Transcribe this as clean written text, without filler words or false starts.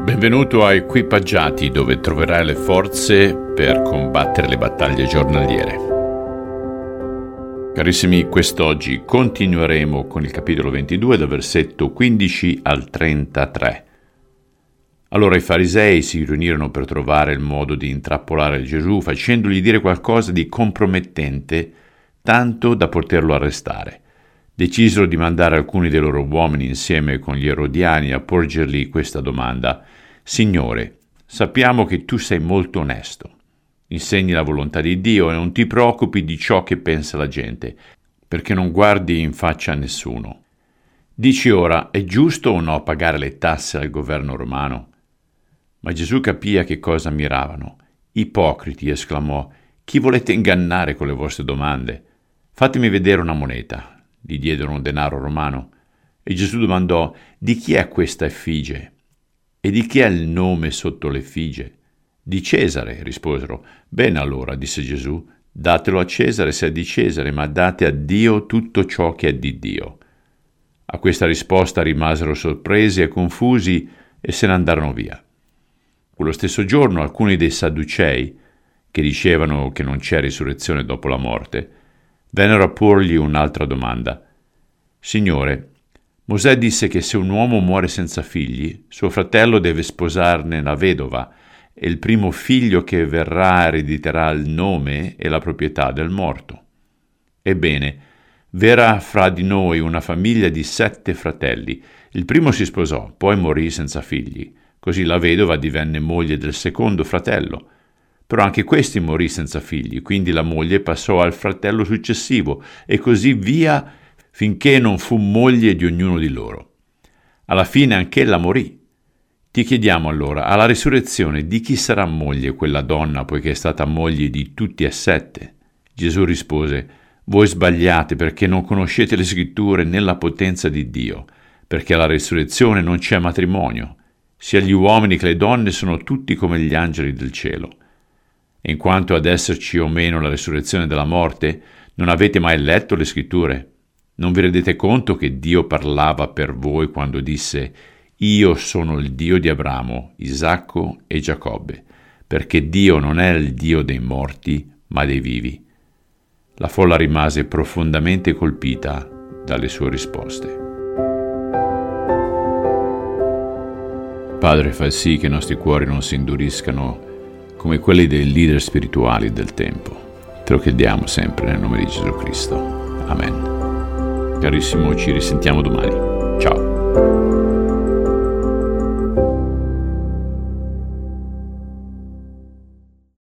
Benvenuto a Equipaggiati, dove troverai le forze per combattere le battaglie giornaliere. Carissimi, quest'oggi continueremo con il capitolo 22, dal versetto 15 al 33. Allora i farisei si riunirono per trovare il modo di intrappolare Gesù, facendogli dire qualcosa di compromettente, tanto da poterlo arrestare. Decisero di mandare alcuni dei loro uomini insieme con gli erodiani a porgergli questa domanda: Signore, sappiamo che tu sei molto onesto. Insegni la volontà di Dio e non ti preoccupi di ciò che pensa la gente, perché non guardi in faccia a nessuno. Dici ora, è giusto o no pagare le tasse al governo romano? Ma Gesù capì a che cosa miravano. Ipocriti, esclamò, chi volete ingannare con le vostre domande? Fatemi vedere una moneta. Gli diedero un denaro romano. E Gesù domandò, di chi è questa effigie? E di chi è il nome sotto l'effigie? Di Cesare, risposero. Bene allora, disse Gesù, datelo a Cesare se è di Cesare, ma date a Dio tutto ciò che è di Dio. A questa risposta rimasero sorpresi e confusi e se ne andarono via. Quello stesso giorno alcuni dei Sadducei, che dicevano che non c'è risurrezione dopo la morte, vennero a porgli un'altra domanda. Signore, Mosè disse che se un uomo muore senza figli, suo fratello deve sposarne la vedova e il primo figlio che verrà erediterà il nome e la proprietà del morto. Ebbene, v'era fra di noi una famiglia di 7 fratelli. Il primo si sposò, poi morì senza figli. Così la vedova divenne moglie del secondo fratello. Però anche questi morì senza figli, quindi la moglie passò al fratello successivo e così via finché non fu moglie di ognuno di loro. Alla fine anch'ella morì. Ti chiediamo allora, alla risurrezione, di chi sarà moglie quella donna, poiché è stata moglie di tutti e 7? Gesù rispose, voi sbagliate perché non conoscete le scritture né la potenza di Dio, perché alla risurrezione non c'è matrimonio. Sia gli uomini che le donne sono tutti come gli angeli del cielo. E in quanto ad esserci o meno la risurrezione dalla morte, non avete mai letto le scritture? Non vi rendete conto che Dio parlava per voi quando disse «Io sono il Dio di Abramo, Isacco e Giacobbe», perché Dio non è il Dio dei morti, ma dei vivi. La folla rimase profondamente colpita dalle sue risposte. Padre, fai sì che i nostri cuori non si induriscano come quelli dei leader spirituali del tempo. Te lo chiediamo sempre nel nome di Gesù Cristo. Amen. Carissimo, ci risentiamo domani. Ciao.